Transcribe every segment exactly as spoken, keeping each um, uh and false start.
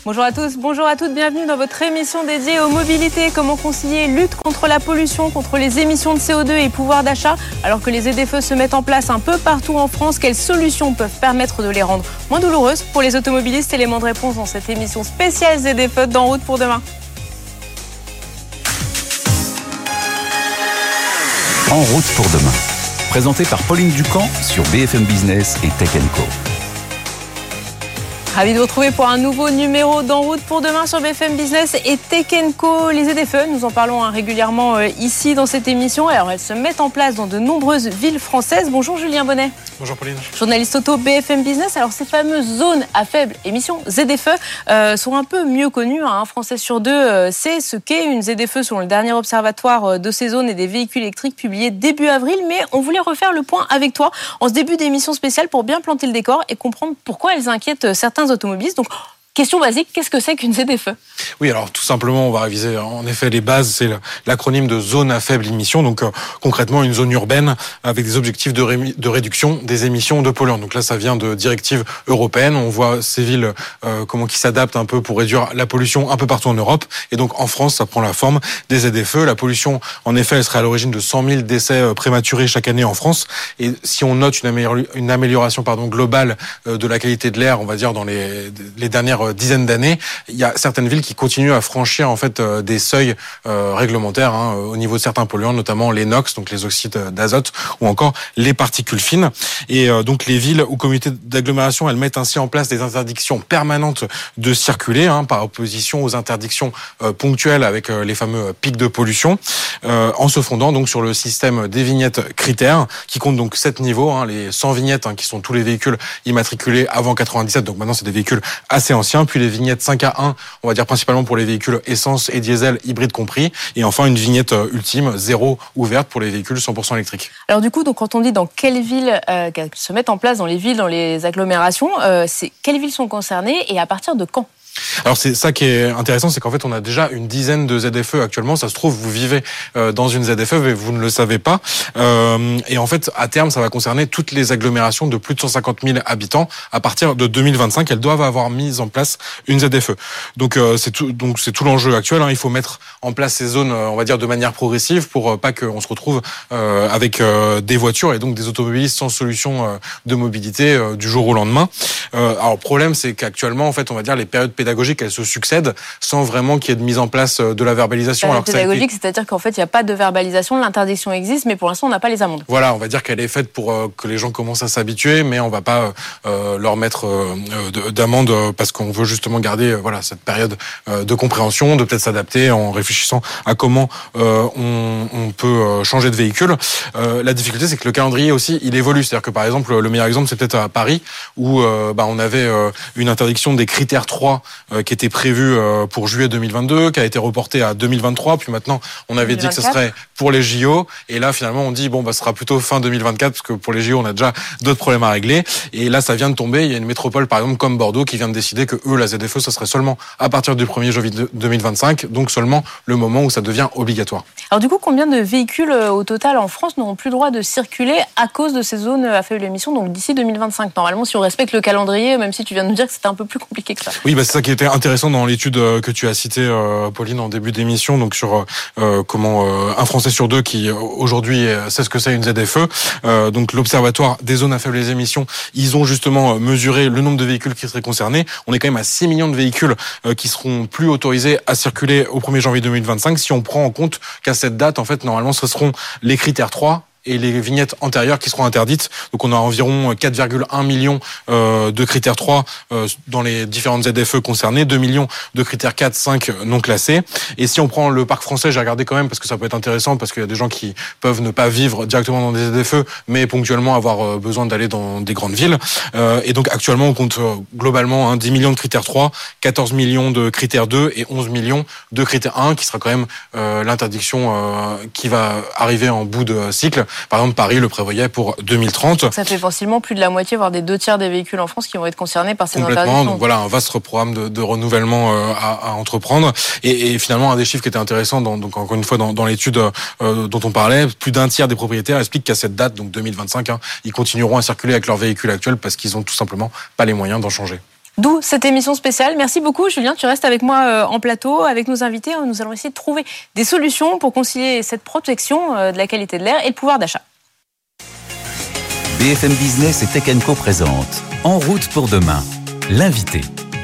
Bonjour à tous, bonjour à toutes, bienvenue dans votre émission dédiée aux mobilités. Comment concilier lutte contre la pollution, contre les émissions de C O deux et pouvoir d'achat alors que les Z F E se mettent en place un peu partout en France? Quelles solutions peuvent permettre de les rendre moins douloureuses pour les automobilistes? Élément de réponse dans cette émission spéciale Z F E d'En route pour demain. En route pour demain. Présenté par Pauline Ducamp sur B F M Business et Tech and Co. Ravi de vous retrouver pour un nouveau numéro d'En route pour demain sur B F M Business et Tech and Co. Les Z F E, nous en parlons hein, régulièrement euh, ici dans cette émission. Alors elles se mettent en place dans de nombreuses villes françaises. Bonjour Julien Bonnet. Bonjour Pauline. Journaliste auto B F M Business. Alors ces fameuses zones à faible émission Z F E euh, sont un peu mieux connues. Hein. Un Français sur deux euh, sait ce qu'est une Z F E selon le dernier observatoire euh, de ces zones et des véhicules électriques publié début avril. Mais on voulait refaire le point avec toi en ce début d'émission spéciale pour bien planter le décor et comprendre pourquoi elles inquiètent certains automobilistes. Donc, question basique, qu'est-ce que c'est qu'une Z F E? Oui, alors tout simplement, on va réviser en effet les bases. C'est l'acronyme de zone à faible émission. Donc euh, concrètement, une zone urbaine avec des objectifs de, ré- de réduction des émissions de polluants. Donc là, ça vient de directives européennes. On voit ces villes euh, comment qui s'adaptent un peu pour réduire la pollution un peu partout en Europe. Et donc en France, ça prend la forme des Z F E. La pollution, en effet, elle serait à l'origine de cent mille décès prématurés chaque année en France. Et si on note une, amélior- une amélioration pardon, globale euh, de la qualité de l'air, on va dire dans les, les dernières dizaines d'années, il y a certaines villes qui continuent à franchir en fait euh, des seuils euh, réglementaires hein, au niveau de certains polluants, notamment les NOx, donc les oxydes d'azote, ou encore les particules fines. Et euh, donc les villes ou communautés d'agglomération, elles mettent ainsi en place des interdictions permanentes de circuler, hein, par opposition aux interdictions euh, ponctuelles avec euh, les fameux pics de pollution, euh, en se fondant donc sur le système des vignettes critères, qui compte donc sept niveaux, hein, les cent vignettes hein, qui sont tous les véhicules immatriculés avant quatre-vingt-dix-sept, donc maintenant c'est des véhicules assez anciens, puis les vignettes cinq à un, on va dire principalement pour les véhicules essence et diesel, hybrides compris, et enfin une vignette ultime, zéro ou verte pour les véhicules cent pour cent électriques. Alors du coup, donc, quand on dit dans quelles villes euh, qu'elles se mettent en place, dans les villes, dans les agglomérations, euh, c'est quelles villes sont concernées et à partir de quand? Alors c'est ça qui est intéressant, c'est qu'en fait on a déjà une dizaine de Z F E actuellement. Ça se trouve, vous vivez euh, dans une Z F E mais vous ne le savez pas. Euh, et en fait, à terme, ça va concerner toutes les agglomérations de plus de cent cinquante mille habitants. À partir de deux mille vingt-cinq, elles doivent avoir mis en place une Z F E. Donc euh, c'est tout, donc c'est tout l'enjeu actuel. Hein. Il faut mettre en place ces zones, on va dire, de manière progressive pour euh, pas qu'on se retrouve euh, avec euh, des voitures et donc des automobilistes sans solution euh, de mobilité euh, du jour au lendemain. Euh, alors le problème, c'est qu'actuellement, en fait, on va dire les périodes pédagogiques, elles se succèdent sans vraiment qu'il y ait de mise en place de la verbalisation. La alors pédagogique, été... c'est-à-dire qu'en fait, il n'y a pas de verbalisation, l'interdiction existe, mais pour l'instant, on n'a pas les amendes. Voilà, on va dire qu'elle est faite pour euh, que les gens commencent à s'habituer, mais on va pas euh, leur mettre euh, d'amende parce qu'on veut justement garder euh, voilà cette période euh, de compréhension, de peut-être s'adapter en réfléchissant à comment euh, on, on peut changer de véhicule. Euh, la difficulté, c'est que le calendrier aussi, il évolue. C'est-à-dire que par exemple, le meilleur exemple, c'est peut-être à Paris où euh, bah, on avait euh, une interdiction des critères trois euh, qui était prévu pour juillet deux mille vingt-deux, qui a été reporté à deux mille vingt-trois, puis maintenant on avait deux mille vingt-quatre. Dit que ce serait pour les J O, et là finalement on dit bon bah ce sera plutôt fin deux mille vingt-quatre, parce que pour les J O on a déjà d'autres problèmes à régler, et là ça vient de tomber. Il y a une métropole par exemple comme Bordeaux qui vient de décider que eux la Z F E ça serait seulement à partir du premier janvier deux mille vingt-cinq, donc seulement le moment où ça devient obligatoire. Alors du coup, combien de véhicules au total en France n'auront plus le droit de circuler à cause de ces zones à faible émission, donc d'ici deux mille vingt-cinq? Normalement, si on respecte le calendrier, même si tu viens de nous dire que c'était un peu plus compliqué que ça. Oui, bah c'est ça qui était intéressant dans l'étude que tu as citée, euh, Pauline, en début d'émission, donc sur euh, comment euh, un Français sur deux qui aujourd'hui sait ce que c'est une Z F E. Euh, donc l'Observatoire des zones à faibles émissions, ils ont justement mesuré le nombre de véhicules qui seraient concernés. On est quand même à six millions de véhicules euh, qui seront plus autorisés à circuler au premier janvier deux mille vingt-cinq, si on prend en compte qu'à cette date, en fait, normalement, ce seront les critères trois et les vignettes antérieures qui seront interdites. Donc on a environ quatre virgule un millions euh, de critères trois euh, dans les différentes Z F E concernées, deux millions de critères quatre, cinq non classés. Et si on prend le parc français, j'ai regardé quand même parce que ça peut être intéressant, parce qu'il y a des gens qui peuvent ne pas vivre directement dans des Z F E, mais ponctuellement avoir besoin d'aller dans des grandes villes. Euh, et donc actuellement on compte euh, globalement hein, dix millions de critères trois, quatorze millions de critères deux et onze millions de critères un, qui sera quand même euh, l'interdiction euh, qui va arriver en bout de cycle. Par exemple, Paris le prévoyait pour deux mille trente. Ça fait facilement plus de la moitié, voire des deux tiers des véhicules en France qui vont être concernés par ces interdictions. interdictions. Donc voilà, un vaste programme de, de renouvellement euh, à, à entreprendre. Et, et finalement, un des chiffres qui était intéressant, dans, donc encore une fois dans, dans l'étude euh, dont on parlait, plus d'un tiers des propriétaires expliquent qu'à cette date, donc deux mille vingt-cinq, hein, ils continueront à circuler avec leurs véhicules actuels parce qu'ils ont tout simplement pas les moyens d'en changer. D'où cette émission spéciale. Merci beaucoup Julien, tu restes avec moi en plateau, avec nos invités. Nous allons essayer de trouver des solutions pour concilier cette protection de la qualité de l'air et le pouvoir d'achat. B F M Business et Tech and Co présente En route pour demain, l'invité.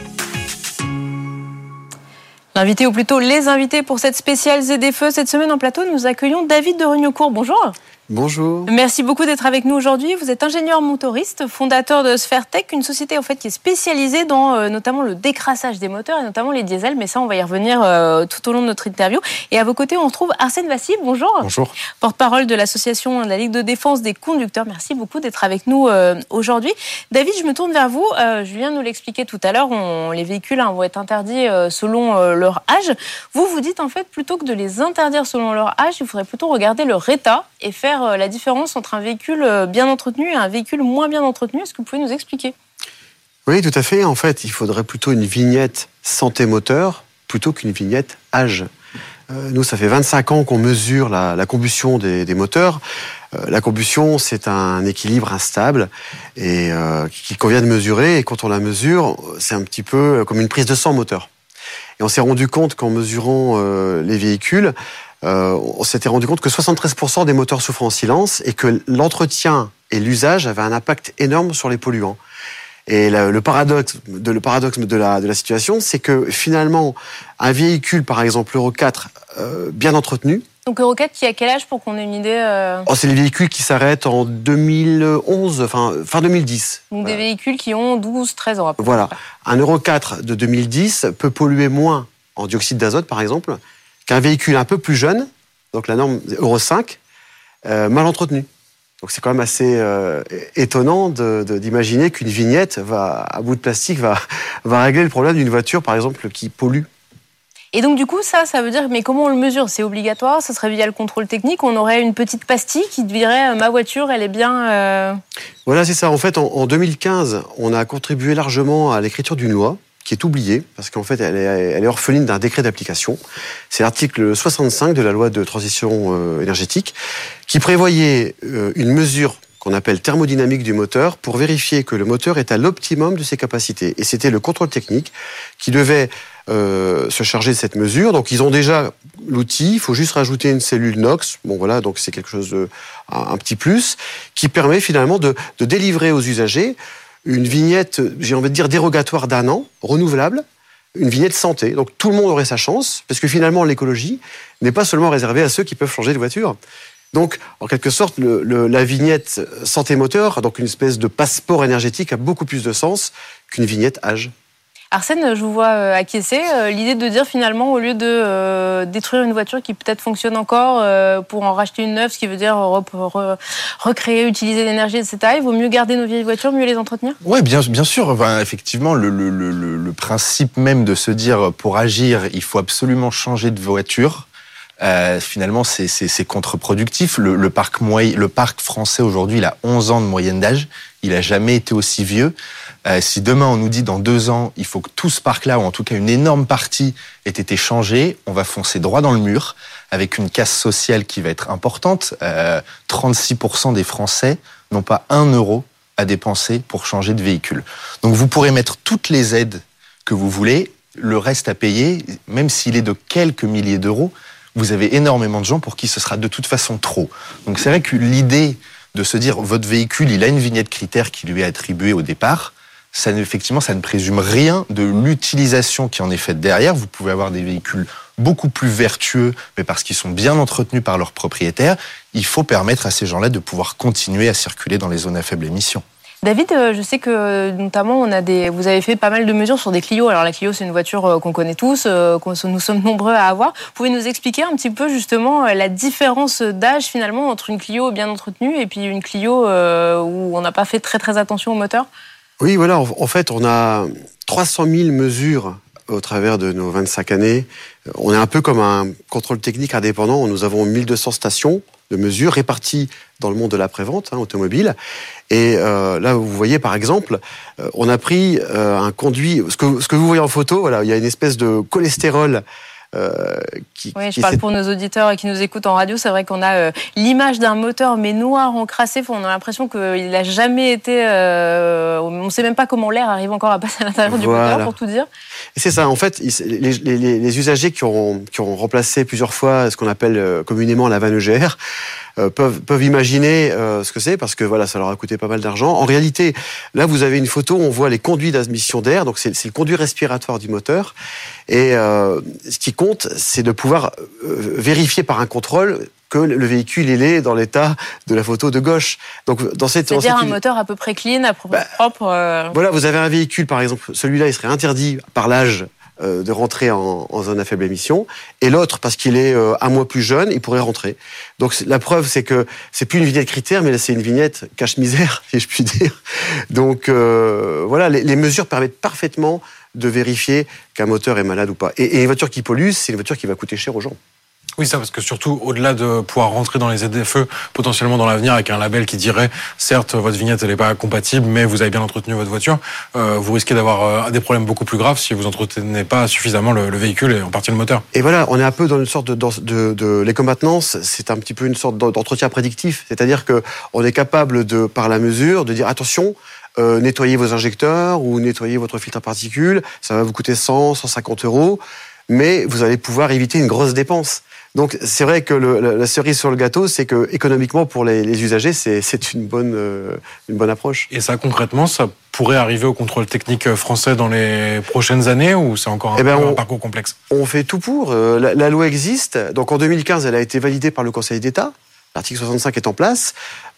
L'invité, ou plutôt les invités pour cette spéciale Z D F E. Cette semaine en plateau, nous accueillons David de Regniaucourt. Bonjour. Bonjour. Merci beaucoup d'être avec nous aujourd'hui. Vous êtes ingénieur motoriste, fondateur de Sphère-Tech, une société en fait qui est spécialisée dans euh, notamment le décrassage des moteurs et notamment les diesels. Mais ça, on va y revenir euh, tout au long de notre interview. Et à vos côtés, on retrouve Arsène Vassy. Bonjour. Bonjour. Porte-parole de l'association de la Ligue de défense des conducteurs. Merci beaucoup d'être avec nous euh, aujourd'hui. David, je me tourne vers vous. Euh, Julien nous l'expliquait tout à l'heure. On, les véhicules hein, vont être interdits euh, selon euh, leur âge. Vous, vous dites en fait plutôt que de les interdire selon leur âge, il faudrait plutôt regarder leur état et faire euh, la différence entre un véhicule bien entretenu et un véhicule moins bien entretenu. Est-ce que vous pouvez nous expliquer ? Oui, tout à fait. En fait, il faudrait plutôt une vignette santé moteur plutôt qu'une vignette âge. Euh, nous, ça fait vingt-cinq ans qu'on mesure la, la combustion des, des moteurs. Euh, la combustion, c'est un équilibre instable et euh, qu'il convient de mesurer. Et quand on la mesure, c'est un petit peu comme une prise de sang moteur. Et on s'est rendu compte qu'en mesurant euh, les véhicules, Euh, on s'était rendu compte que soixante-treize pour cent des moteurs souffrent en silence et que l'entretien et l'usage avaient un impact énorme sur les polluants. Et le, le paradoxe, de, le paradoxe de, la, de la situation, c'est que finalement, un véhicule, par exemple Euro quatre, euh, bien entretenu... Donc Euro quatre qui a quel âge pour qu'on ait une idée euh... oh, c'est les véhicules qui s'arrêtent en deux mille onze, enfin fin deux mille dix. Donc voilà. Des véhicules qui ont douze, treize ans. Voilà. Un Euro quatre de deux mille dix peut polluer moins en dioxyde d'azote, par exemple, qu'un véhicule un peu plus jeune, donc la norme Euro cinq, euh, mal entretenu. Donc c'est quand même assez euh, étonnant de, de, d'imaginer qu'une vignette va, à bout de plastique va, va régler le problème d'une voiture, par exemple, qui pollue. Et donc du coup, ça, ça veut dire, mais comment on le mesure ? C'est obligatoire ? Ça serait via le contrôle technique ? On aurait une petite pastille qui dirait « ma voiture, elle est bien… Euh... » Voilà, c'est ça. En fait, en, en deux mille quinze, on a contribué largement à l'écriture d'une loi qui est oubliée, parce qu'en fait, elle est, elle est orpheline d'un décret d'application. C'est l'article soixante-cinq de la loi de transition euh, énergétique, qui prévoyait euh, une mesure qu'on appelle thermodynamique du moteur, pour vérifier que le moteur est à l'optimum de ses capacités. Et c'était le contrôle technique qui devait euh, se charger de cette mesure. Donc ils ont déjà l'outil, il faut juste rajouter une cellule NOx, bon voilà, donc c'est quelque chose de, un, un petit plus, qui permet finalement de, de délivrer aux usagers une vignette, j'ai envie de dire, dérogatoire d'un an, renouvelable, une vignette santé. Donc tout le monde aurait sa chance, parce que finalement l'écologie n'est pas seulement réservée à ceux qui peuvent changer de voiture. Donc, en quelque sorte, le, le, la vignette santé moteur, donc une espèce de passeport énergétique, a beaucoup plus de sens qu'une vignette âge. Arsène, je vous vois acquiescer. L'idée de dire finalement, au lieu de euh, détruire une voiture qui peut-être fonctionne encore euh, pour en racheter une neuve, ce qui veut dire re, re, recréer, utiliser l'énergie, et cetera, il vaut mieux garder nos vieilles voitures, mieux les entretenir ? Oui, bien, bien sûr. Enfin, effectivement, le, le, le, le principe même de se dire, pour agir, il faut absolument changer de voiture, euh, finalement, c'est, c'est, c'est contre-productif. Le, le, parc moyen, le parc français, aujourd'hui, il a onze ans de moyenne d'âge. Il n'a jamais été aussi vieux. Euh, si demain on nous dit dans deux ans, il faut que tout ce parc-là, ou en tout cas une énorme partie, ait été changé, on va foncer droit dans le mur, avec une casse sociale qui va être importante. Euh, trente-six pour cent des Français n'ont pas un euro à dépenser pour changer de véhicule. Donc vous pourrez mettre toutes les aides que vous voulez, le reste à payer, même s'il est de quelques milliers d'euros, vous avez énormément de gens pour qui ce sera de toute façon trop. Donc c'est vrai que l'idée de se dire votre véhicule, il a une vignette critère qui lui est attribuée au départ, ça, effectivement, ça ne présume rien de l'utilisation qui en est faite derrière. Vous pouvez avoir des véhicules beaucoup plus vertueux, mais parce qu'ils sont bien entretenus par leurs propriétaires, il faut permettre à ces gens-là de pouvoir continuer à circuler dans les zones à faible émission. David, je sais que notamment on a des, vous avez fait pas mal de mesures sur des Clio. Alors la Clio, c'est une voiture qu'on connaît tous, qu'on nous sommes nombreux à avoir. Vous pouvez nous expliquer un petit peu justement la différence d'âge finalement entre une Clio bien entretenue et puis une Clio où on n'a pas fait très très attention au moteur ? Oui, voilà. En fait, on a trois cent mille mesures au travers de nos vingt-cinq années. On est un peu comme un contrôle technique indépendant. Nous avons mille deux cents stations de mesures réparties dans le monde de l'après-vente hein, automobile. Et euh, là, vous voyez, par exemple, euh, on a pris euh, un conduit... Ce que, ce que vous voyez en photo, voilà, il y a une espèce de cholestérol Euh, qui, oui, je qui parle essaie... pour nos auditeurs qui nous écoutent en radio. C'est vrai qu'on a euh, l'image d'un moteur mais noir encrassé. On a l'impression qu'il n'a jamais été. Euh, on ne sait même pas comment l'air arrive encore à passer à l'intérieur voilà. du moteur, pour tout dire. Et c'est ça. En fait, les, les, les usagers qui ont, qui ont remplacé plusieurs fois ce qu'on appelle communément la vanne E G R euh, peuvent, peuvent imaginer euh, ce que c'est parce que voilà, ça leur a coûté pas mal d'argent. En réalité, là, vous avez une photo. On voit les conduits d'admission d'air. Donc, c'est, c'est le conduit respiratoire du moteur. Et euh, ce qui compte, c'est de pouvoir euh, vérifier par un contrôle que le véhicule il est dans l'état de la photo de gauche. Donc dans cette c'est-à-dire dans cette... un moteur à peu près clean, à peu près bah, propre. Euh... Voilà, vous avez un véhicule par exemple, celui-là il serait interdit par l'âge euh, de rentrer en, en zone à faible émission, et l'autre parce qu'il est euh, un mois plus jeune, il pourrait rentrer. Donc la preuve c'est que c'est plus une vignette critère, mais là c'est une vignette cache-misère, si je puis dire. Donc euh, voilà, les, les mesures permettent parfaitement de vérifier qu'un moteur est malade ou pas. Et, et une voiture qui pollue, c'est une voiture qui va coûter cher aux gens. Oui, ça, parce que surtout, au-delà de pouvoir rentrer dans les Z F E, potentiellement dans l'avenir, avec un label qui dirait, certes, votre vignette, elle n'est pas compatible, mais vous avez bien entretenu votre voiture, euh, vous risquez d'avoir euh, des problèmes beaucoup plus graves si vous entretenez pas suffisamment le, le véhicule et en partie le moteur. Et voilà, on est un peu dans une sorte de, de, de, de l'éco-maintenance, c'est un petit peu une sorte d'entretien prédictif, c'est-à-dire que on est capable de, par la mesure, de dire, attention, euh, nettoyez vos injecteurs ou nettoyez votre filtre à particules, ça va vous coûter cent, cent cinquante euros, mais vous allez pouvoir éviter une grosse dépense. Donc c'est vrai que le, la, la cerise sur le gâteau, c'est que économiquement pour les, les usagers, c'est, c'est une bonne, euh, une bonne approche. Et ça concrètement, ça pourrait arriver au contrôle technique français dans les prochaines années ou c'est encore un, eh ben on, un parcours complexe? On fait tout pour. Euh, la, la loi existe. Donc en deux mille quinze, elle a été validée par le Conseil d'État. L'article soixante-cinq est en place.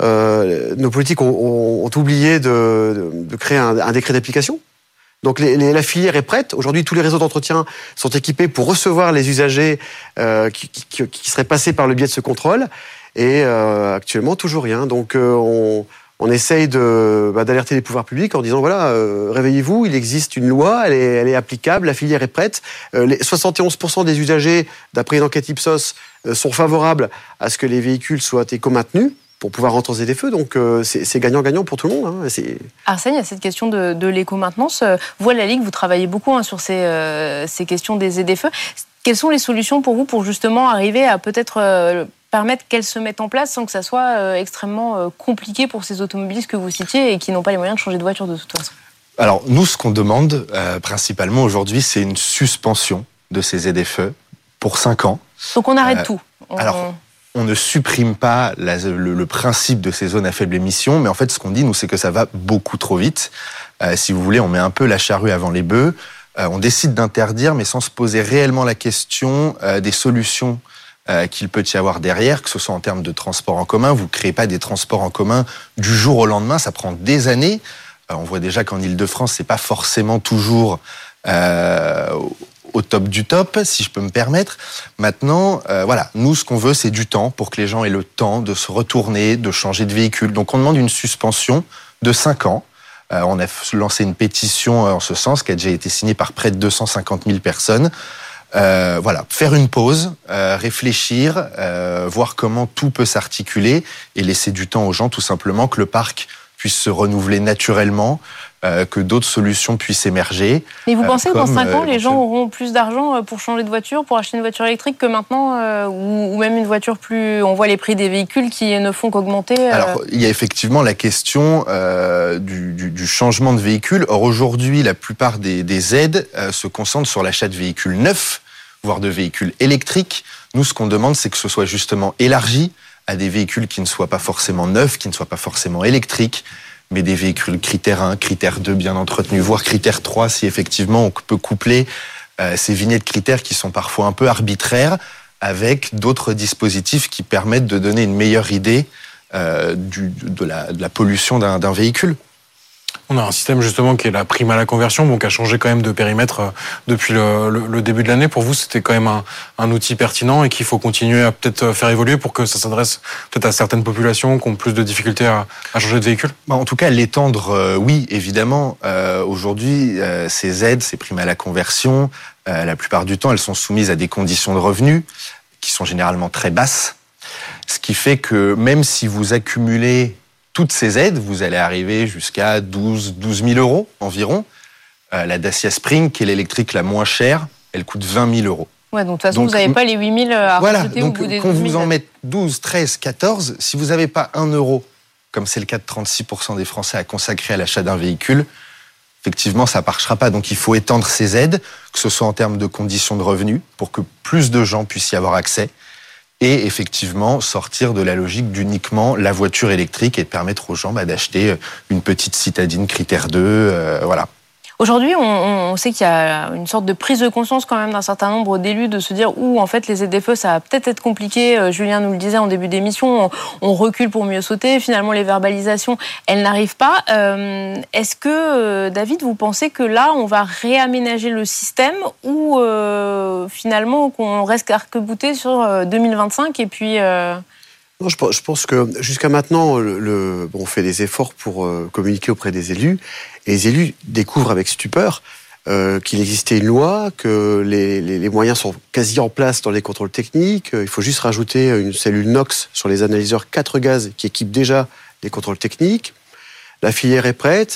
Euh, nos politiques ont, ont, ont oublié de, de, de créer un, un décret d'application. Donc les, les, la filière est prête. Aujourd'hui, tous les réseaux d'entretien sont équipés pour recevoir les usagers euh, qui, qui, qui seraient passés par le biais de ce contrôle. Et euh, actuellement, toujours rien. Donc euh, on, on essaye de, bah, d'alerter les pouvoirs publics en disant voilà, euh, réveillez-vous, il existe une loi, elle est, elle est applicable, la filière est prête. Euh, les soixante et onze pour cent des usagers, d'après une enquête Ipsos, euh, sont favorables à ce que les véhicules soient éco-maintenus pour pouvoir rentrer en Z F E, donc euh, c'est, c'est gagnant-gagnant pour tout le monde. Hein. C'est... Arsène, il y a cette question de, de l'éco-maintenance. Vous, à la Ligue, vous travaillez beaucoup hein, sur ces, euh, ces questions des Z F E. Quelles sont les solutions pour vous pour justement arriver à peut-être euh, permettre qu'elles se mettent en place sans que ça soit euh, extrêmement euh, compliqué pour ces automobilistes que vous citiez et qui n'ont pas les moyens de changer de voiture de toute façon? Alors, nous, ce qu'on demande euh, principalement aujourd'hui, c'est une suspension de ces Z F E pour cinq ans. Donc on arrête euh, tout. On... Alors, on ne supprime pas la, le, le principe de ces zones à faible émission, mais en fait, ce qu'on dit, nous, c'est que ça va beaucoup trop vite. Euh, si vous voulez, on met un peu la charrue avant les bœufs. Euh, on décide d'interdire, mais sans se poser réellement la question euh, des solutions euh, qu'il peut y avoir derrière, que ce soit en termes de transport en commun. Vous ne créez pas des transports en commun du jour au lendemain, ça prend des années. Euh, on voit déjà qu'en Île-de-France, c'est pas forcément toujours euh, au top du top, si je peux me permettre. Maintenant, euh, voilà, nous, ce qu'on veut, c'est du temps pour que les gens aient le temps de se retourner, de changer de véhicule. Donc, on demande une suspension de cinq ans. Euh, on a lancé une pétition en ce sens qui a déjà été signée par près de deux cent cinquante mille personnes. Euh, voilà, faire une pause, euh, réfléchir, euh, voir comment tout peut s'articuler et laisser du temps aux gens, tout simplement, que le parc puisse se renouveler naturellement, euh, que d'autres solutions puissent émerger. Mais vous pensez euh, que dans cinq ans, euh, les gens auront plus d'argent pour changer de voiture, pour acheter une voiture électrique que maintenant, euh, ou, ou même une voiture plus... On voit les prix des véhicules qui ne font qu'augmenter. Euh... Alors, il y a effectivement la question euh, du, du, du changement de véhicule. Or, aujourd'hui, la plupart des, des aides euh, se concentrent sur l'achat de véhicules neufs, voire de véhicules électriques. Nous, ce qu'on demande, c'est que ce soit justement élargi à des véhicules qui ne soient pas forcément neufs, qui ne soient pas forcément électriques, mais des véhicules critère un, critère deux bien entretenus, voire critère trois, si effectivement on peut coupler euh, ces vignettes critères qui sont parfois un peu arbitraires avec d'autres dispositifs qui permettent de donner une meilleure idée euh, du, de, la, de la pollution d'un, d'un véhicule. On a un système justement qui est la prime à la conversion, donc qui a changé quand même de périmètre depuis le, le, le début de l'année. Pour vous, c'était quand même un, un outil pertinent et qu'il faut continuer à peut-être faire évoluer pour que ça s'adresse peut-être à certaines populations qui ont plus de difficultés à, à changer de véhicule? En tout cas, l'étendre, euh, oui, évidemment. Euh, aujourd'hui, euh, ces aides, ces primes à la conversion, euh, la plupart du temps, elles sont soumises à des conditions de revenus qui sont généralement très basses. Ce qui fait que même si vous accumulez toutes ces aides, vous allez arriver jusqu'à douze mille euros environ. Euh, la Dacia Spring, qui est l'électrique la moins chère, elle coûte vingt mille euros. Ouais, donc de toute façon, Donc, vous n'avez pas les huit mille à voilà, rajouter donc au bout des qu'on douze mille. vous en mette douze, treize, quatorze, si vous n'avez pas un euro, comme c'est le cas de trente-six pour cent des Français à consacrer à l'achat d'un véhicule, effectivement, ça ne marchera pas. Donc il faut étendre ces aides, que ce soit en termes de conditions de revenus, pour que plus de gens puissent y avoir accès, et effectivement sortir de la logique d'uniquement la voiture électrique et de permettre aux gens bah, d'acheter une petite citadine critère deux, euh, voilà. Aujourd'hui, on, on sait qu'il y a une sorte de prise de conscience quand même d'un certain nombre d'élus de se dire où en fait les Z F E ça va peut-être être compliqué. Julien nous le disait en début d'émission, on, on recule pour mieux sauter. Finalement, les verbalisations, elles n'arrivent pas. Euh, est-ce que euh, David, vous pensez que là, on va réaménager le système ou euh, finalement qu'on reste arc-bouté sur euh, deux mille vingt-cinq et puis euh... Non, je pense que jusqu'à maintenant, le, le, bon, on fait des efforts pour euh, communiquer auprès des élus, et les élus découvrent avec stupeur euh, qu'il existait une loi, que les, les, les moyens sont quasi en place dans les contrôles techniques. Il faut juste rajouter une cellule NOx sur les analyseurs quatre gaz qui équipe déjà les contrôles techniques. La filière est prête.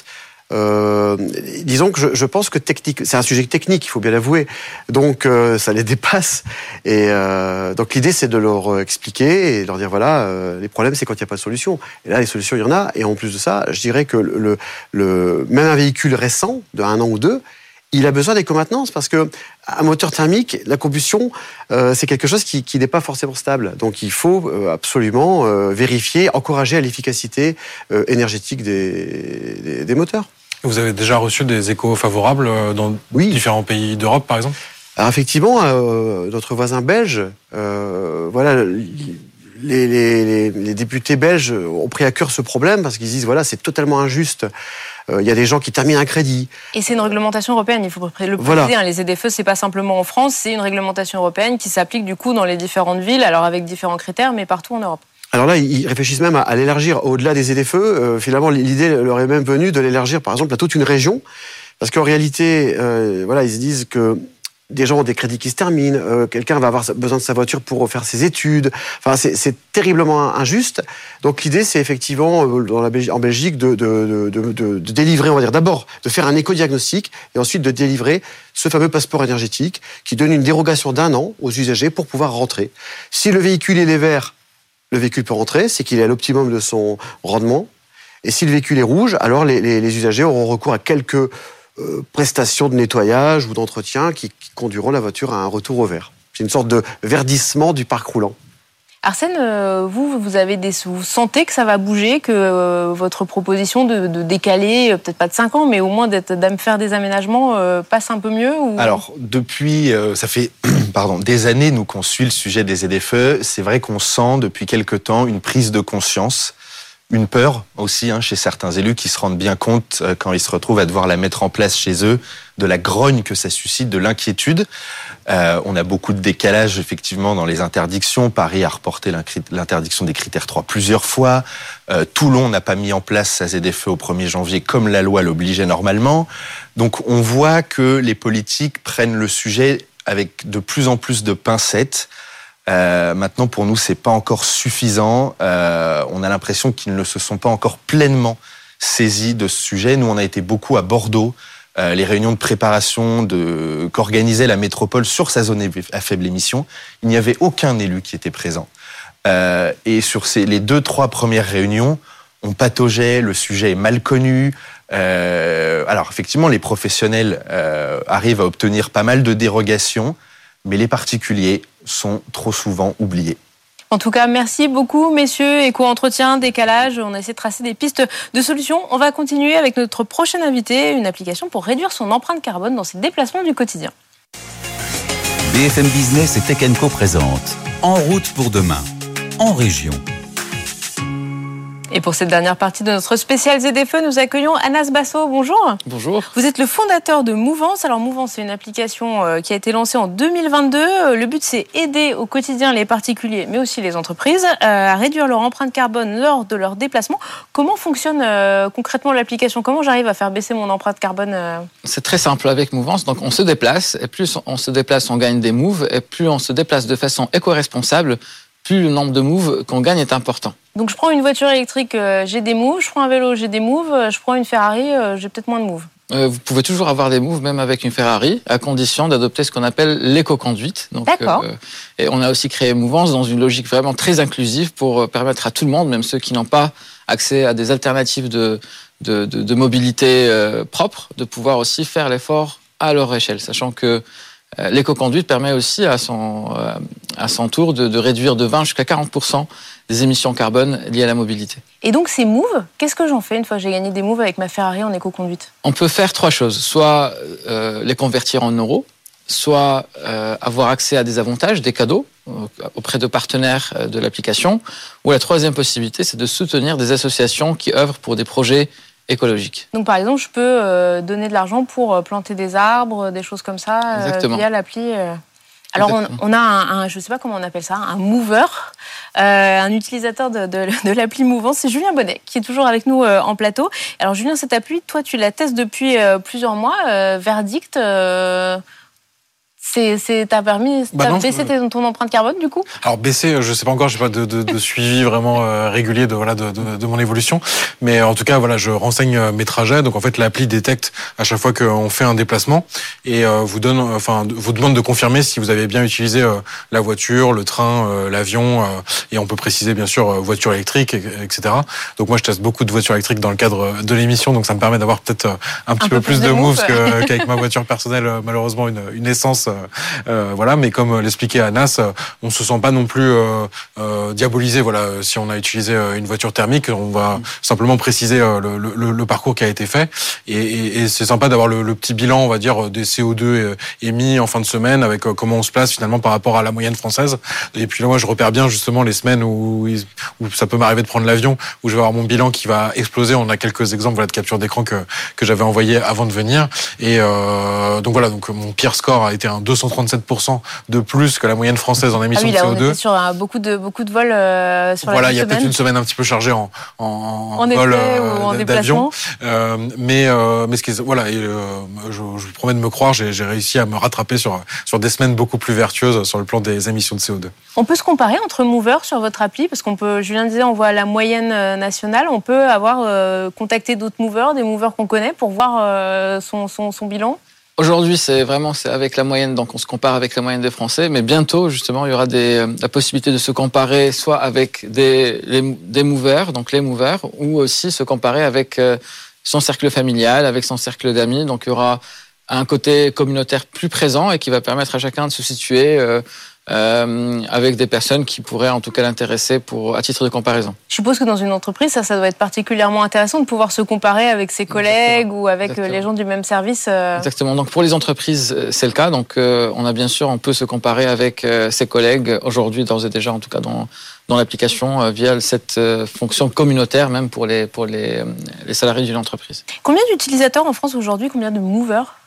Euh, disons que je, je pense que technique, c'est un sujet technique, il faut bien l'avouer, donc euh, ça les dépasse. Et euh, donc l'idée, c'est de leur expliquer et de leur dire voilà, euh, les problèmes, c'est quand il n'y a pas de solution. Et là, les solutions, il y en a. Et en plus de ça, je dirais que le, le, le même un véhicule récent, de un an ou deux, il a besoin d'éco-maintenance parce que un moteur thermique, la combustion, euh, c'est quelque chose qui, qui n'est pas forcément stable. Donc il faut euh, absolument euh, vérifier, encourager à l'efficacité euh, énergétique des, des, des moteurs. Vous avez déjà reçu des échos favorables dans oui. différents pays d'Europe, par exemple ? Alors effectivement, euh, notre voisin belge, euh, voilà, les, les, les, les députés belges ont pris à cœur ce problème parce qu'ils disent voilà, c'est totalement injuste. Il euh, y a des gens qui terminent un crédit. Et c'est une réglementation européenne, il faut le préciser. Voilà. Hein, les Z F E, c'est pas simplement en France, c'est une réglementation européenne qui s'applique du coup dans les différentes villes, alors avec différents critères, mais partout en Europe. Alors là, ils réfléchissent même à, à l'élargir au-delà des Z F E. Euh, finalement, l'idée leur est même venue de l'élargir, par exemple, à toute une région, parce qu'en réalité, euh, voilà, ils se disent que des gens ont des crédits qui se terminent, euh, quelqu'un va avoir besoin de sa voiture pour faire ses études. Enfin, c'est, c'est terriblement injuste. Donc l'idée, c'est effectivement dans la Belgique, en Belgique de, de, de, de, de délivrer, on va dire d'abord de faire un éco-diagnostic et ensuite de délivrer ce fameux passeport énergétique qui donne une dérogation d'un an aux usagers pour pouvoir rentrer. Si le véhicule il est vert, le véhicule peut rentrer, c'est qu'il est à l'optimum de son rendement. Et si le véhicule est rouge, alors les, les, les usagers auront recours à quelques Euh, prestations de nettoyage ou d'entretien qui, qui conduiront la voiture à un retour au vert. C'est une sorte de verdissement du parc roulant. Arsène, euh, vous, vous avez des, vous sentez que ça va bouger, que euh, votre proposition de, de décaler, euh, peut-être pas de cinq ans, mais au moins d'être, de faire des aménagements euh, passe un peu mieux ou... Alors, depuis, euh, ça fait pardon, des années, nous, qu'on suit le sujet des Z F E, c'est vrai qu'on sent depuis quelque temps une prise de conscience, une peur aussi hein, chez certains élus qui se rendent bien compte euh, quand ils se retrouvent à devoir la mettre en place chez eux, de la grogne que ça suscite, de l'inquiétude. Euh, on a beaucoup de décalage effectivement dans les interdictions. Paris a reporté l'interdiction des critères trois plusieurs fois. Euh, Toulon n'a pas mis en place sa Z F E au premier janvier comme la loi l'obligeait normalement. Donc on voit que les politiques prennent le sujet avec de plus en plus de pincettes. Euh, maintenant, pour nous, c'est pas encore suffisant. Euh, on a l'impression qu'ils ne se sont pas encore pleinement saisis de ce sujet. Nous, on a été beaucoup à Bordeaux. Euh, les réunions de préparation de, qu'organisait la métropole sur sa zone à faible émission, il n'y avait aucun élu qui était présent. Euh, et sur ces, les deux, trois premières réunions, on pataugeait, le sujet est mal connu. Euh, alors, effectivement, les professionnels euh, arrivent à obtenir pas mal de dérogations, mais les particuliers sont trop souvent oubliés. En tout cas, merci beaucoup, messieurs. Éco-entretien, décalage, on a essayé de tracer des pistes de solutions. On va continuer avec notre prochain invité, une application pour réduire son empreinte carbone dans ses déplacements du quotidien. B F M Business et Tech and Co présente En route pour demain, en région. Et pour cette dernière partie de notre spécial Z F E, nous accueillons Anas Basso. Bonjour. Bonjour. Vous êtes le fondateur de Mouvance. Alors Mouvance, c'est une application qui a été lancée en deux mille vingt-deux. Le but, c'est aider au quotidien les particuliers, mais aussi les entreprises, à réduire leur empreinte carbone lors de leurs déplacements. Comment fonctionne euh, concrètement l'application ? Comment j'arrive à faire baisser mon empreinte carbone euh... C'est très simple avec Mouvance. Donc on se déplace, et plus on se déplace, on gagne des moves, et plus on se déplace de façon éco-responsable, plus le nombre de moves qu'on gagne est important. Donc je prends une voiture électrique, euh, j'ai des moves, je prends un vélo, j'ai des moves, je prends une Ferrari, euh, j'ai peut-être moins de moves. Euh, vous pouvez toujours avoir des moves, même avec une Ferrari, à condition d'adopter ce qu'on appelle l'éco-conduite. Donc, D'accord. Euh, et on a aussi créé Mouvance dans une logique vraiment très inclusive pour permettre à tout le monde, même ceux qui n'ont pas accès à des alternatives de, de, de, de mobilité euh, propre, de pouvoir aussi faire l'effort à leur échelle, sachant que euh, l'éco-conduite permet aussi à son, euh, à son tour de, de réduire de vingt jusqu'à quarante pour cent des émissions carbone liées à la mobilité. Et donc ces moves, qu'est-ce que j'en fais une fois que j'ai gagné des moves avec ma Ferrari en éco-conduite? On peut faire trois choses, soit euh, les convertir en euros, soit euh, avoir accès à des avantages, des cadeaux euh, auprès de partenaires euh, de l'application, ou la troisième possibilité, c'est de soutenir des associations qui œuvrent pour des projets écologiques. Donc par exemple, je peux euh, donner de l'argent pour euh, planter des arbres, des choses comme ça, euh, via l'appli. Euh... Alors on, on a un, un, je ne sais pas comment on appelle ça, un mover, euh, un utilisateur de, de, de l'appli Mouvance, c'est Julien Bonnet qui est toujours avec nous euh, en plateau. Alors Julien, cette appli, toi tu la testes depuis euh, plusieurs mois, euh, verdict. Euh... C'est, c'est, t'as permis, t'as bah baissé euh... ton empreinte carbone du coup? Alors baisser, je sais pas encore, j'ai pas de, de, de suivi vraiment euh, régulier de voilà de, de, de mon évolution, mais en tout cas voilà, je renseigne mes trajets. Donc en fait, l'appli détecte à chaque fois qu'on fait un déplacement et euh, vous donne, enfin vous demande de confirmer si vous avez bien utilisé euh, la voiture, le train, euh, l'avion, euh, et on peut préciser bien sûr euh, voiture électrique, et cetera. Donc moi, je teste beaucoup de voitures électriques dans le cadre de l'émission, donc ça me permet d'avoir peut-être un petit un peu, peu plus de moves que, qu'avec ma voiture personnelle, malheureusement une, une essence. Euh, voilà, mais comme l'expliquait Anas, on se sent pas non plus euh, euh, diabolisé. Voilà, si on a utilisé une voiture thermique, on va simplement préciser le, le, le parcours qui a été fait. Et, et, et c'est sympa d'avoir le, le petit bilan, on va dire, des C O deux émis en fin de semaine, avec comment on se place finalement par rapport à la moyenne française. Et puis là, moi, je repère bien justement les semaines où, où ça peut m'arriver de prendre l'avion, où je vais avoir mon bilan qui va exploser. On a quelques exemples voilà, de capture d'écran que que j'avais envoyé avant de venir. Et euh, donc voilà, donc mon pire score a été un deux cent trente-sept pour cent de plus que la moyenne française en émissions ah oui, là, de C O deux. On était sur un, beaucoup de beaucoup de vols euh, sur voilà, la il y a semaine. peut-être une semaine un petit peu chargée en en, en vol euh, ou en d'avion. Euh, mais euh, mais ce qui est, voilà, et, euh, je, je vous promets de me croire, j'ai, j'ai réussi à me rattraper sur sur des semaines beaucoup plus vertueuses sur le plan des émissions de C O deux. On peut se comparer entre movers sur votre appli parce qu'on peut, Julien disait, on voit la moyenne nationale. On peut avoir euh, contacté d'autres movers, des movers qu'on connaît, pour voir euh, son, son son bilan. Aujourd'hui, c'est vraiment c'est avec la moyenne, donc on se compare avec la moyenne des Français, mais bientôt, justement, il y aura des, la possibilité de se comparer soit avec des, les, des movers, donc les movers, ou aussi se comparer avec son cercle familial, avec son cercle d'amis. Donc il y aura un côté communautaire plus présent et qui va permettre à chacun de se situer euh, euh, avec des personnes qui pourraient en tout cas l'intéresser pour, à titre de comparaison. Je suppose que dans une entreprise, ça, ça doit être particulièrement intéressant de pouvoir se comparer avec ses collègues Exactement. ou avec Exactement. les gens du même service. Euh... Exactement. Donc pour les entreprises, c'est le cas. Donc euh, on a bien sûr, on peut se comparer avec euh, ses collègues aujourd'hui, d'ores et déjà, en tout cas dans dans l'application euh, via cette euh, fonction communautaire, même pour les pour les les salariés d'une entreprise. Combien d'utilisateurs en France aujourd'hui? Combien de movers?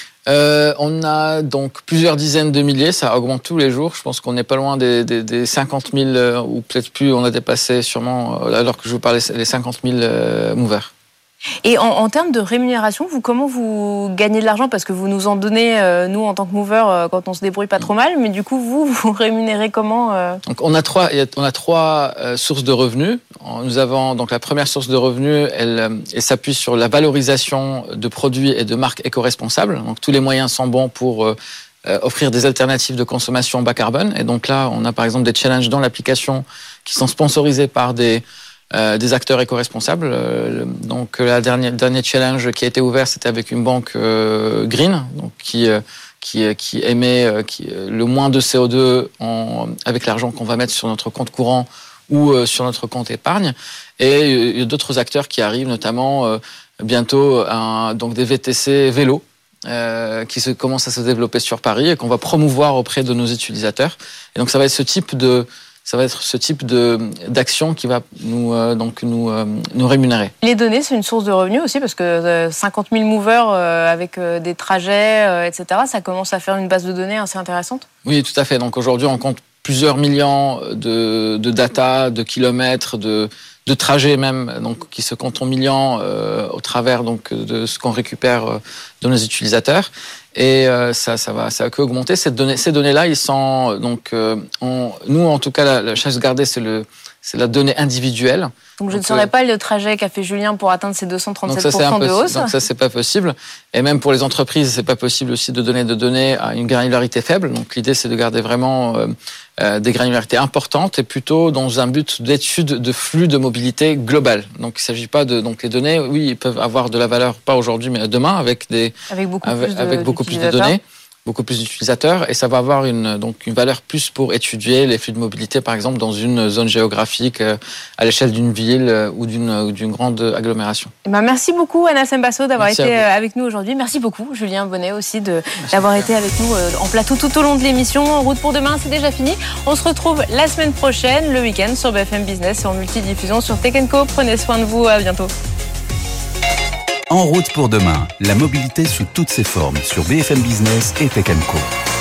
Euh, on a donc plusieurs dizaines de milliers, ça augmente tous les jours. Je pense qu'on n'est pas loin des, des, des cinquante mille, euh, ou peut-être plus, on a dépassé sûrement, euh, alors que je vous parlais, les cinquante mille euh, movers. Et en, en termes de rémunération, vous, comment vous gagnez de l'argent? Parce que vous nous en donnez, euh, nous, en tant que mover, euh, quand on se débrouille pas trop mal. Mais du coup, vous, vous rémunérez comment euh... Donc, on a trois, on a trois euh, sources de revenus. Nous avons donc la première source de revenus, elle, elle s'appuie sur la valorisation de produits et de marques éco-responsables. Donc, tous les moyens sont bons pour euh, offrir des alternatives de consommation bas carbone. Et donc là, on a par exemple des challenges dans l'application qui sont sponsorisés par des Euh, des acteurs éco-responsables. Euh, donc la dernière dernier challenge qui a été ouvert, c'était avec une banque euh, green, donc qui euh, qui qui émet euh, qui, euh, le moins de C O deux en, avec l'argent qu'on va mettre sur notre compte courant ou euh, sur notre compte épargne. Et il y a d'autres acteurs qui arrivent, notamment euh, bientôt un, donc des V T C vélo. Euh, qui se, commencent à se développer sur Paris et qu'on va promouvoir auprès de nos utilisateurs. Et donc ça va être ce type de Ça va être ce type de d'action qui va nous euh, donc nous euh, nous rémunérer. Les données, c'est une source de revenus aussi parce que euh, cinquante mille movers euh, avec euh, des trajets, euh, et cetera. Ça commence à faire une base de données assez intéressante. Oui, tout à fait. Donc aujourd'hui, on compte plusieurs millions de de data, de kilomètres, de de trajets même, donc qui se comptent en millions euh, au travers donc de ce qu'on récupère euh, de nos utilisateurs. Et euh, ça, ça va, ça va que augmenter. Ces données, ces données-là, ils sont donc, euh, on, nous en tout cas, la, la chasse gardée, c'est le, c'est la donnée individuelle. Donc je ne saurais pas le trajet qu'a fait Julien pour atteindre ces deux cent trente-sept pour cent de hausse. Donc ça, c'est pas possible. Et même pour les entreprises, c'est pas possible aussi de donner de données à une granularité faible. Donc l'idée, c'est de garder vraiment euh, euh, des granularités importantes et plutôt dans un but d'étude de flux de mobilité global. Donc il s'agit pas de donc les données, oui, ils peuvent avoir de la valeur pas aujourd'hui mais demain avec des avec beaucoup avec, plus de, avec beaucoup plus de données. beaucoup plus d'utilisateurs et ça va avoir une, donc une valeur plus pour étudier les flux de mobilité, par exemple, dans une zone géographique à l'échelle d'une ville ou d'une, d'une grande agglomération. Et ben merci beaucoup, Anas Mbasso, d'avoir merci été avec nous aujourd'hui. Merci beaucoup, Julien Bonnet, aussi, de, d'avoir été avec nous en plateau tout au long de l'émission. En route pour demain, c'est déjà fini. On se retrouve la semaine prochaine, le week-end, sur B F M Business et en multidiffusion sur Tech and Co. Prenez soin de vous, à bientôt. En route pour demain, la mobilité sous toutes ses formes sur B F M Business et Tech and Co.